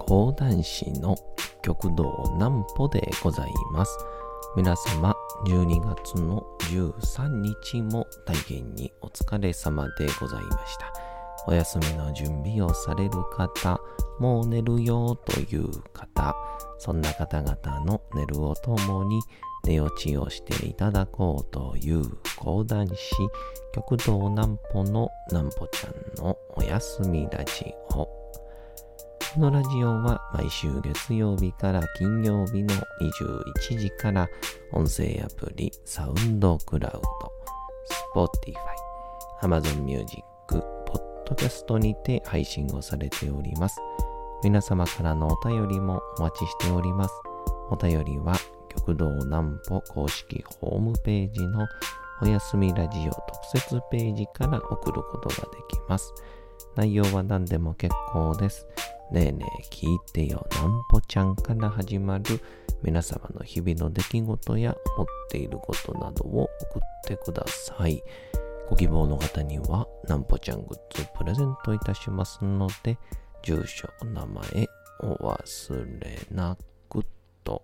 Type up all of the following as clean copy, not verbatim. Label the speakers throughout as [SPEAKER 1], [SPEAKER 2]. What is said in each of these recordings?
[SPEAKER 1] 講談師の極道南歩でございます。皆様12月の13日も大変にお疲れ様でございました。お休みの準備をされる方、もう寝るよという方、そんな方々の寝るをともに寝落ちをしていただこうという講談師極道南歩の南歩ちゃんのおやすみラジオ。このラジオは毎週月曜日から金曜日の21時から音声アプリサウンドクラウド、Spotify、Amazon Music、ポッドキャストにて配信をされております。皆様からのお便りもお待ちしております。お便りは極道南歩公式ホームページのおやすみラジオ特設ページから送ることができます。内容は何でも結構です。ねえねえ聞いてよ南歩ちゃんから始まる皆様の日々の出来事や思っていることなどを送ってください。ご希望の方には南歩ちゃんグッズプレゼントいたしますので、住所、名前お忘れなくと、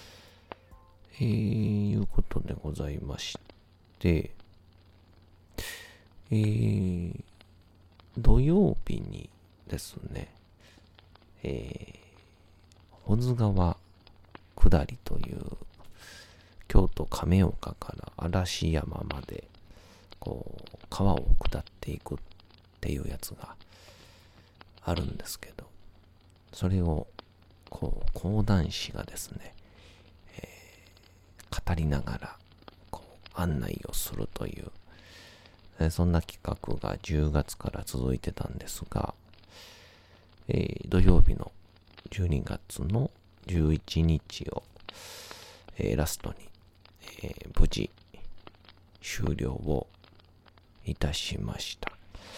[SPEAKER 1] いうことでございまして、土曜日にですね、保津川下りという京都亀岡から嵐山までこう川を下っていくっていうやつがあるんですけど、それをこう講談師がですね、語りながらこう案内をするという、そんな企画が10月から続いてたんですが、土曜日の12月の11日を、ラストに、無事終了をいたしました。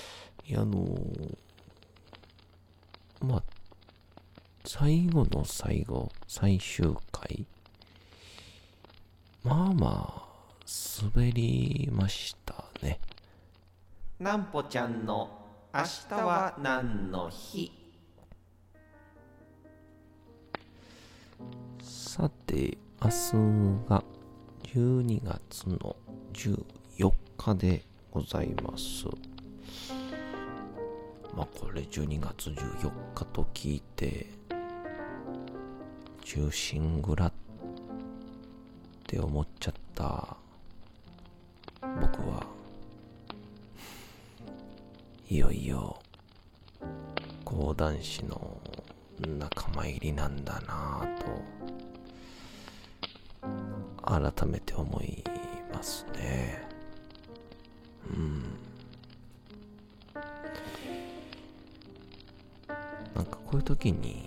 [SPEAKER 1] 最後の最後、最終回、まあまあ滑りましたね。
[SPEAKER 2] 南歩ちゃんの明日は何の日。
[SPEAKER 1] さて、明日が12月の14日でございます。これ12月14日と聞いて、忠臣蔵って思っちゃった僕はいよいよ講談師の仲間入りなんだなぁと改めて思いますね。なんかこういう時に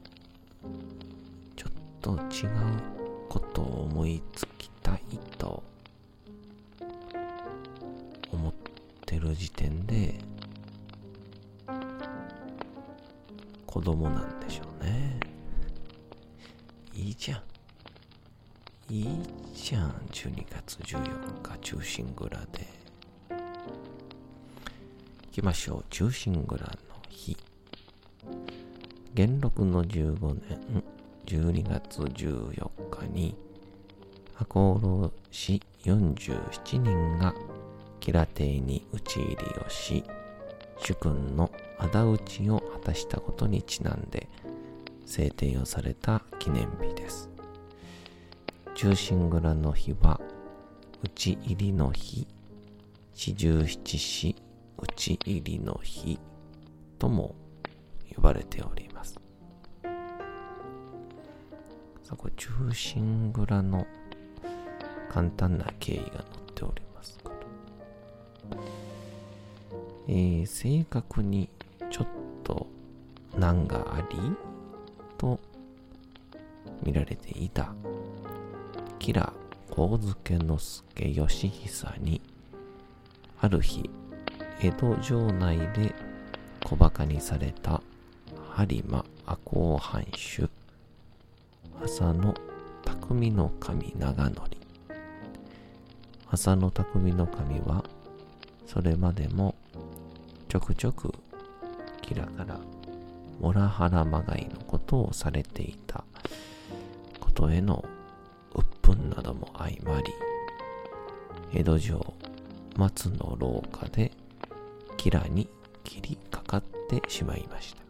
[SPEAKER 1] ちょっと違うことを思いつきたいと思ってる時点で子供なんでしょうね。いいじゃん12月14日忠臣蔵で行きましょう。忠臣蔵の日、元禄の15年12月14日に赤穂氏47人が吉良邸に討ち入りをし、主君の仇討ちを果たしたことにちなんで制定をされた記念日です。忠臣蔵の日は討ち入りの日、四十七士討ち入りの日とも呼ばれております。これ忠臣蔵の簡単な経緯が載っておりますから、正確にちょっと難がありと見られていた吉良上野介義久にある日江戸城内で小馬鹿にされた播磨赤穂藩主浅野匠の神長則。浅野匠の神はそれまでもちょくちょく吉良からモラハラまがいのことことをされていたことへの鬱憤なども相まり、江戸城松の廊下で吉良に切りかかってしまいました。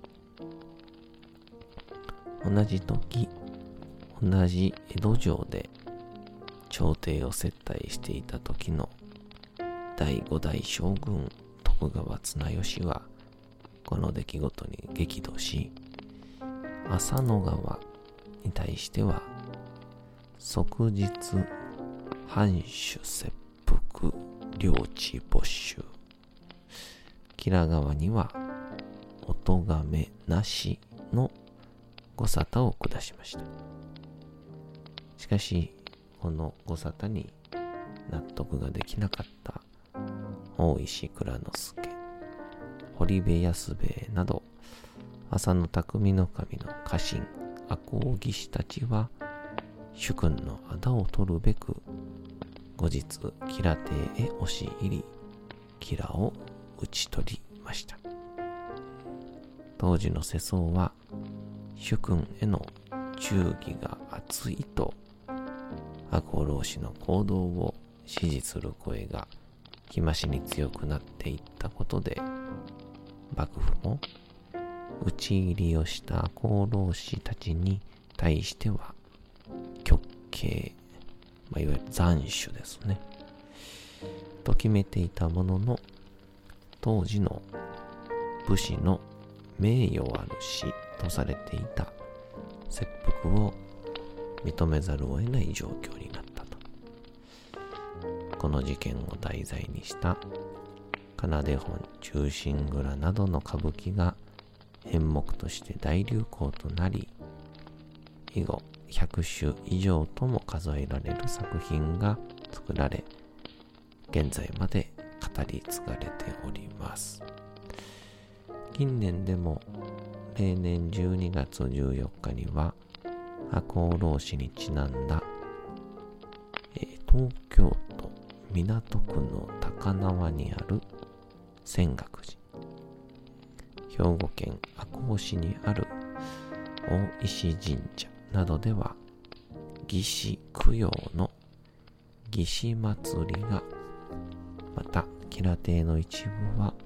[SPEAKER 1] 同じ時、同じ江戸城で朝廷を接待していた時の第五代将軍徳川綱吉はこの出来事に激怒し、浅野川に対しては即日藩主切腹、領地没収、吉良川にはお咎めなしのご沙汰を下しました。しかしこのご沙汰に納得ができなかった大石内蔵助、堀部安兵衛など浅野匠の神の家臣赤穂義士たちは主君の仇を取るべく後日吉良邸へ押し入り、吉良を討ち取りました。当時の世相は主君への忠義が厚いと赤穂浪士の行動を支持する声が日増しに強くなっていったことで、幕府も討ち入りをした赤穂浪士たちに対しては極刑、いわゆる斬首ですね、と決めていたものの、当時の武士の名誉ある死とされていた切腹を認めざるを得ない状況になったと。この事件を題材にした仮名手本、忠臣蔵などの歌舞伎が演目として大流行となり、以後100種以上とも数えられる作品が作られ、現在まで語り継がれております。近年でも例年12月14日には赤穂浪士にちなんだ、東京都港区の高輪にある泉岳寺、兵庫県赤穂市にある大石神社などでは義士供養の義士祭りが、また吉良邸の一部は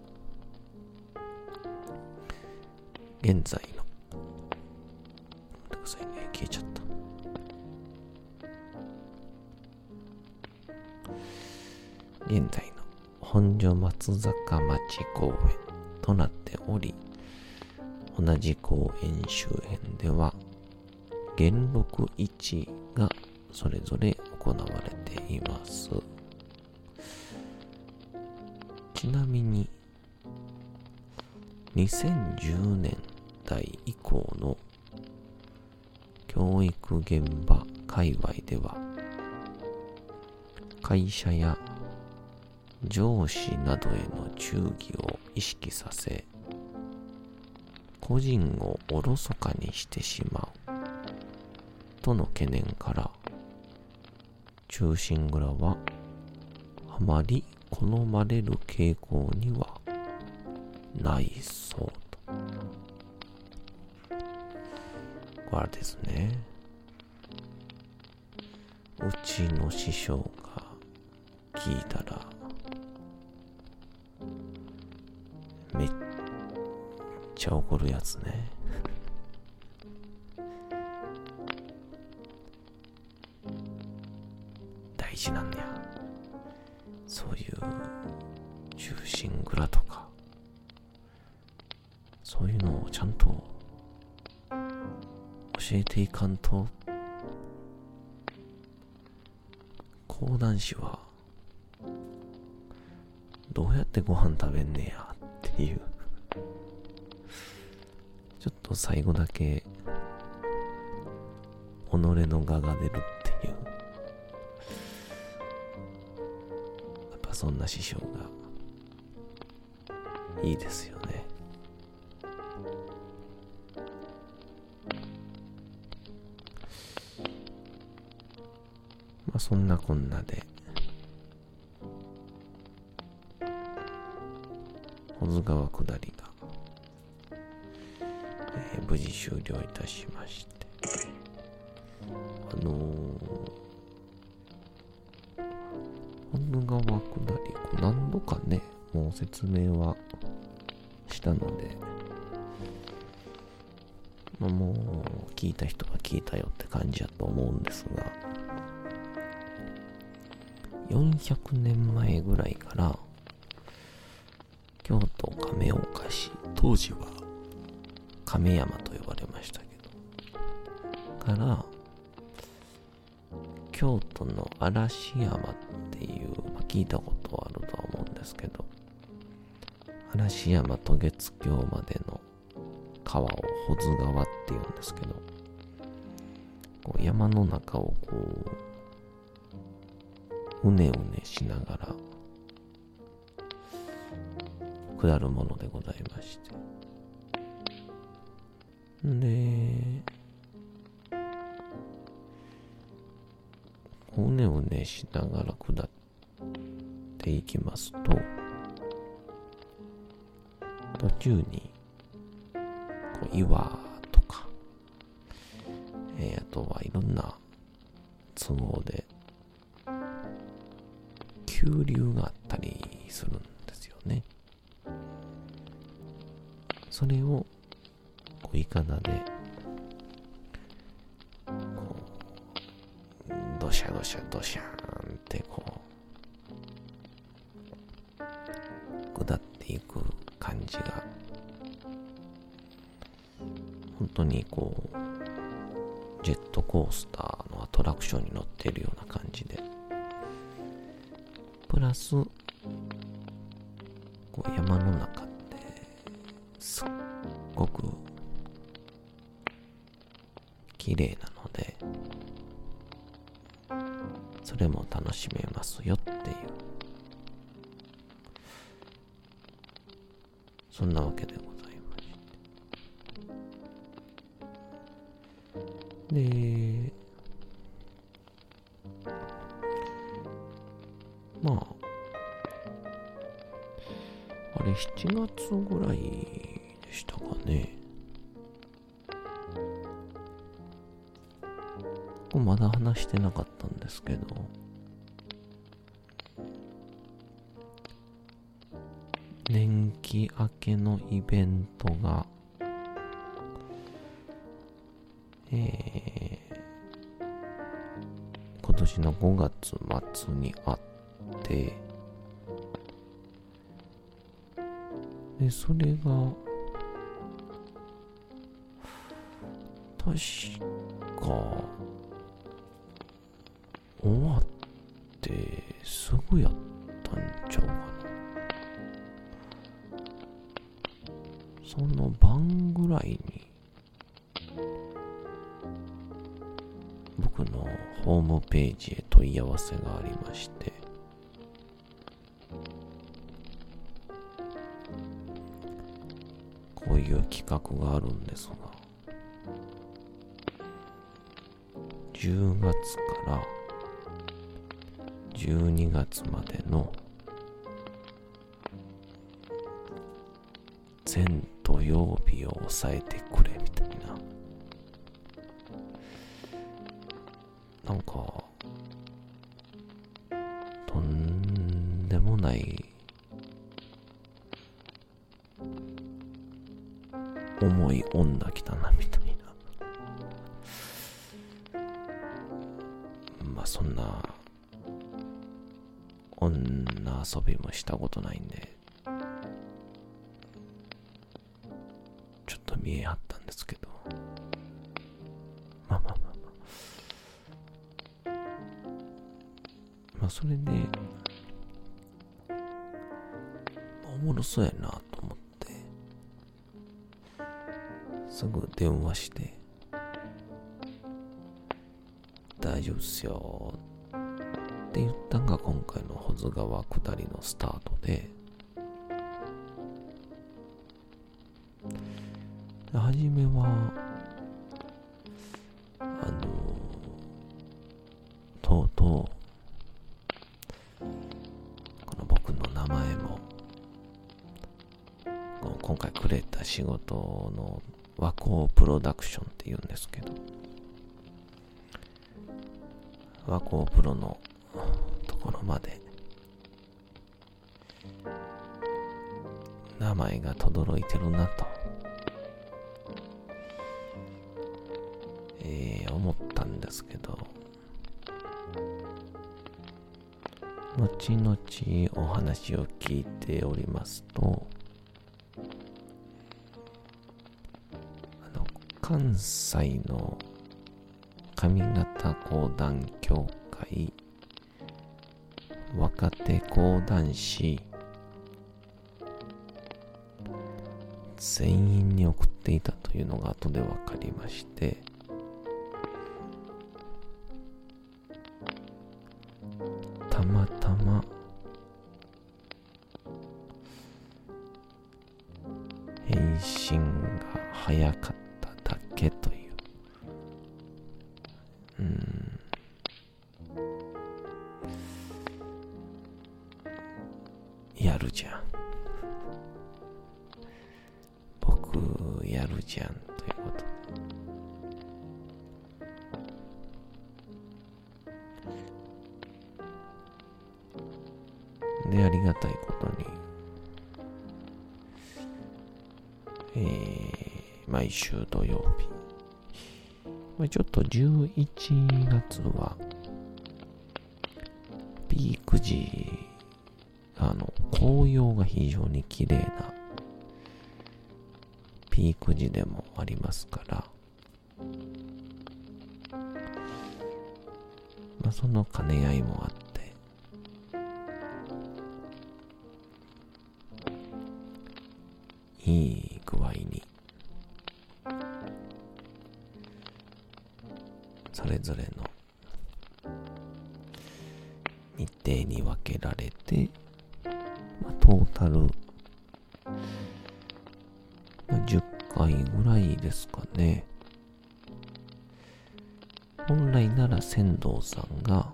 [SPEAKER 1] 現在の、消えちゃった。現在の本所松坂町公園となっており、同じ公園周辺では元禄市がそれぞれ行われています。ちなみに2010年代以降の教育現場界隈では、会社や上司などへの忠義を意識させ、個人をおろそかにしてしまうとの懸念から、忠臣蔵はあまり好まれる傾向にはないそうと。これですね、うちの師匠が聞いたらめっちゃ怒るやつね。大事なんだよ、そういう忠臣蔵とか、そういうのをちゃんと教えていかんと、講談師はどうやってご飯食べんねやっていう、ちょっと最後だけ己の我が出るっていう、やっぱそんな師匠がいいですよね。そんなこんなで保津川下りが、 無事終了いたしまして、保津川下り、何度かね、もう説明はしたので、もう聞いた人は聞いたよって感じやと思うんですが、400年前ぐらいから京都亀岡市、当時は亀山と呼ばれましたけどから京都の嵐山っていう、聞いたことはあるとは思うんですけど、嵐山渡月橋までの川を保津川っていうんですけど、こう山の中をこううねうねしながら下るものでございまして、でうねうねしながら下っていきますと、途中にこう岩とか、あとはいろんな都合で急流があったりするんですよね。それをこういかだでこうドシャドシャドシャーンってこう下っていく感じが、本当にこうジェットコースターのアトラクションに乗っているような感じで、プラスこう山の中ってすっごく綺麗なので、それも楽しめますよっていう、そんなわけでございまして、であれ7月ぐらいでしたかね。まだ話してなかったんですけど、年季明けのイベントが今年の5月末にあって、でそれが確か終わってすぐやったんちゃうかな。その晩ぐらいに僕のホームページへ問い合わせがありまして、こういう企画があるんですが、10月から12月までの全土曜日を抑えてくれみたいな、なんかとんでもない重い女来たなみたいな。そんな女遊びもしたことないんで、ちょっと見えはったんですけど、それでおもろそうやなと思ってすぐ電話して、大丈夫っすよって言ったのが今回の保津川下りのスタートで、初めはとうとうこの僕の名前も今回くれた仕事の和光プロダクションって言うんですけど、和光プロのところまで名前が轟いてるなと、思ったんですけど、後々お話を聞いておりますと、関西の上方講談協会若手講談師全員に送っていたというのが後で分かりまして、たまたま返信が早かっただけという、やるじゃん、僕やるじゃんということで、ありがたいことに、毎週土曜日、ちょっと11月はピーク時、紅葉が非常に綺麗なピーク時でもありますから、その兼ね合いもあっていい具合にそれぞれの日程に分けられて、トータル、10回ぐらいですかね。本来なら船頭さんが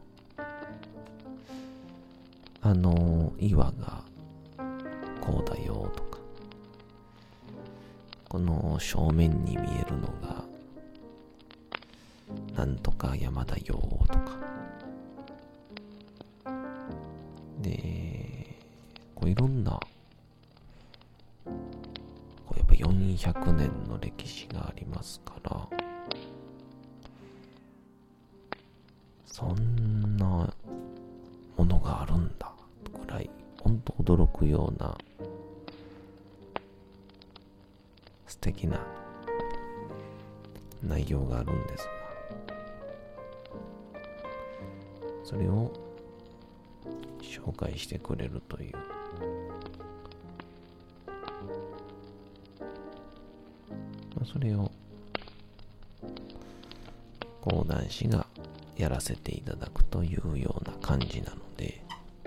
[SPEAKER 1] 岩がこうだよとか、この正面に見えるのがなんとか山だよとかで、いろんなやっぱ400年の歴史がありますから、そんなものがあるんだくらい本当驚くような素敵な内容があるんですが、それを紹介してくれるという、それを講談師がやらせていただくというような感じなので、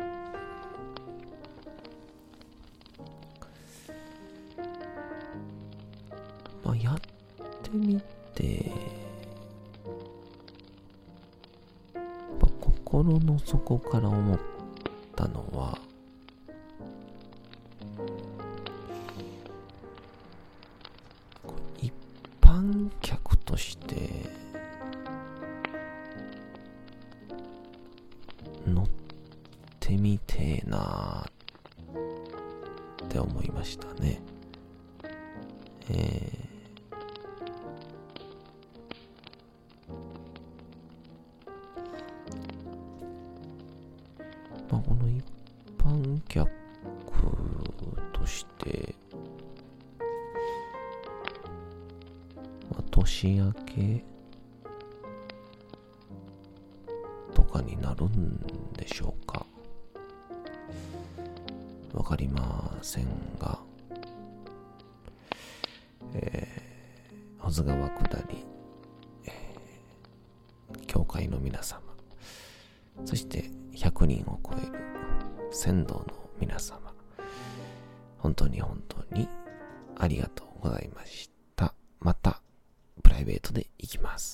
[SPEAKER 1] やってみて心の底から思ったのは、一般客として乗ってみてえなって思いましたね。この一般客として、年明けとかになるんでしょうか。わかりませんが、保津川下り、教会の皆様、そして100人を超える船頭の皆様、本当に本当にありがとうございました。またプライベートで行きます。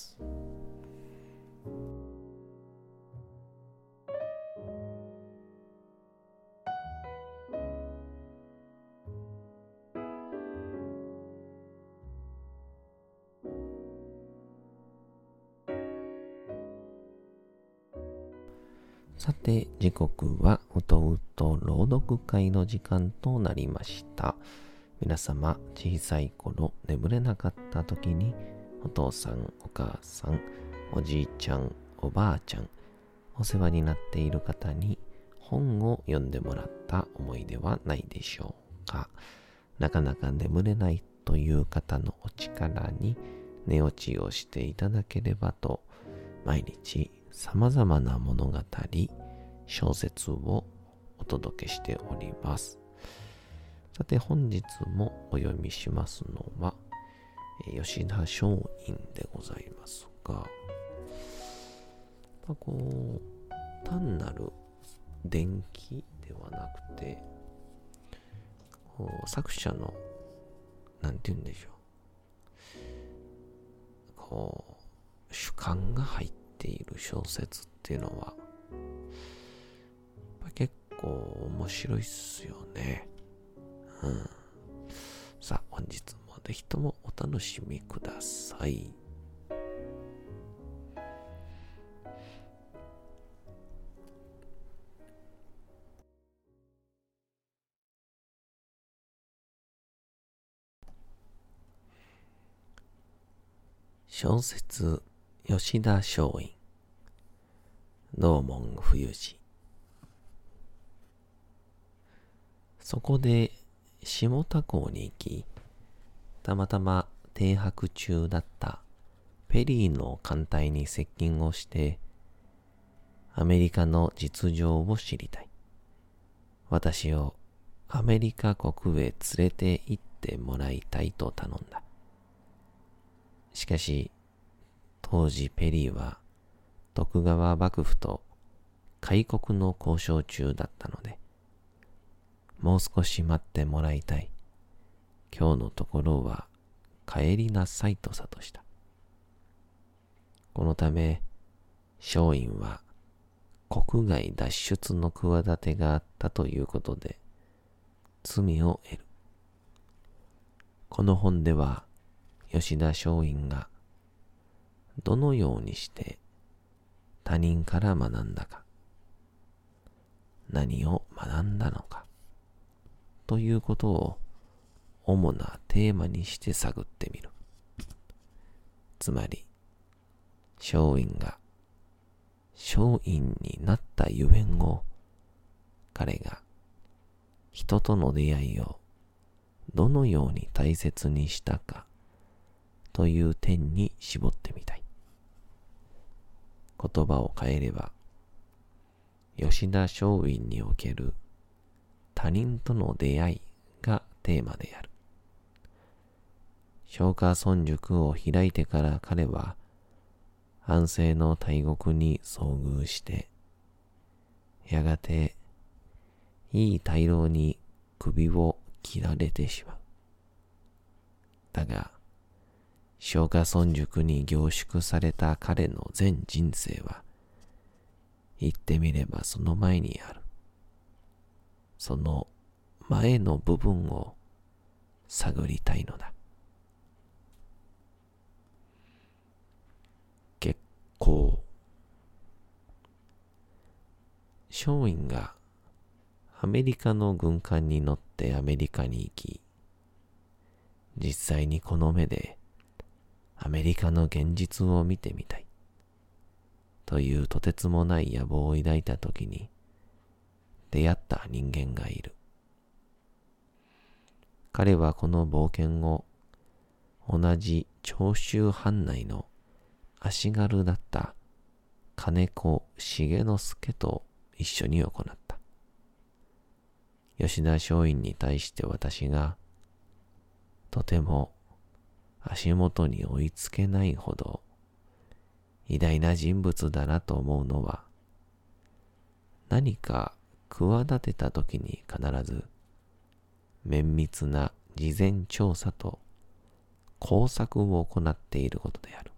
[SPEAKER 1] さて、時刻はうとうと朗読会の時間となりました。皆様、小さい頃眠れなかった時に、お父さん、お母さん、おじいちゃん、おばあちゃん、お世話になっている方に本を読んでもらった思い出はないでしょうか。なかなか眠れないという方のお力に寝落ちをしていただければと、毎日様々な物語、小説をお届けしております。さて本日もお読みしますのは、吉田松陰でございますが、単なる伝記ではなくて、作者のなんて言うんでしょう、主観が入っている小説っていうのは結構面白いっすよね。さあ本日もぜひともお楽しみください。小説吉田松陰、道門冬至。そこで下田港に行き、たまたま停泊中だったペリーの艦隊に接近をして、アメリカの実情を知りたい。私をアメリカ国へ連れて行ってもらいたいと頼んだ。しかし、当時ペリーは徳川幕府と開国の交渉中だったので、もう少し待ってもらいたい。今日のところは帰りなさいと諭した。このため、松陰は国外脱出の企てがあったということで罪を得る。この本では吉田松陰がどのようにして他人から学んだか、何を学んだのかということを主なテーマにして探ってみる。つまり松陰が松陰になったゆえんを、彼が人との出会いをどのように大切にしたかという点に絞ってみたい。言葉を変えれば、吉田松陰における他人との出会いがテーマである。松下村塾を開いてから彼は安政の大国に遭遇して、やがていい大老に首を切られてしまう。だが、松下村塾に凝縮された彼の全人生は、言ってみればその前にある。その前の部分を探りたいのだ。結構、松陰がアメリカの軍艦に乗ってアメリカに行き、実際にこの目でアメリカの現実を見てみたいというとてつもない野望を抱いたときに出会った人間がいる。彼はこの冒険を同じ長州藩内の足軽だった金子重之助と一緒に行った。吉田松陰に対して私がとても足元に追いつけないほど偉大な人物だなと思うのは、何か企てたときに必ず綿密な事前調査と工作を行っていることである。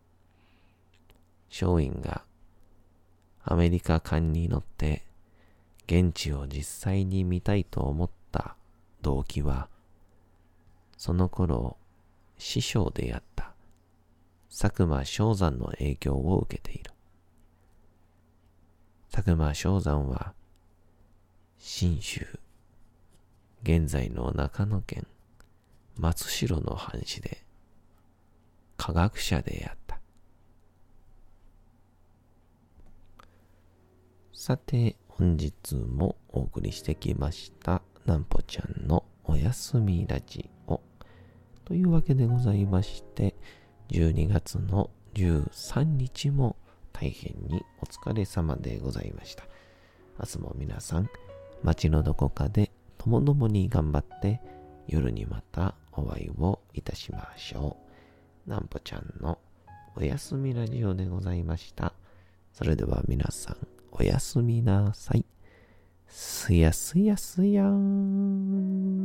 [SPEAKER 1] 松陰がアメリカ艦に乗って現地を実際に見たいと思った動機は、その頃師匠であった佐久間象山の影響を受けている。 宅間象山は、信州、現在の長野県松代の藩士で、科学者であった。さて、本日もお送りしてきました、なんぽちゃんのおやすみラジオ。というわけでございまして、12月の13日も大変にお疲れ様でございました。明日も皆さん、街のどこかでともどもに頑張って、夜にまたお会いをいたしましょう。なんぽちゃんのおやすみラジオでございました。それでは皆さん、おやすみなさい。すやすやすやーん。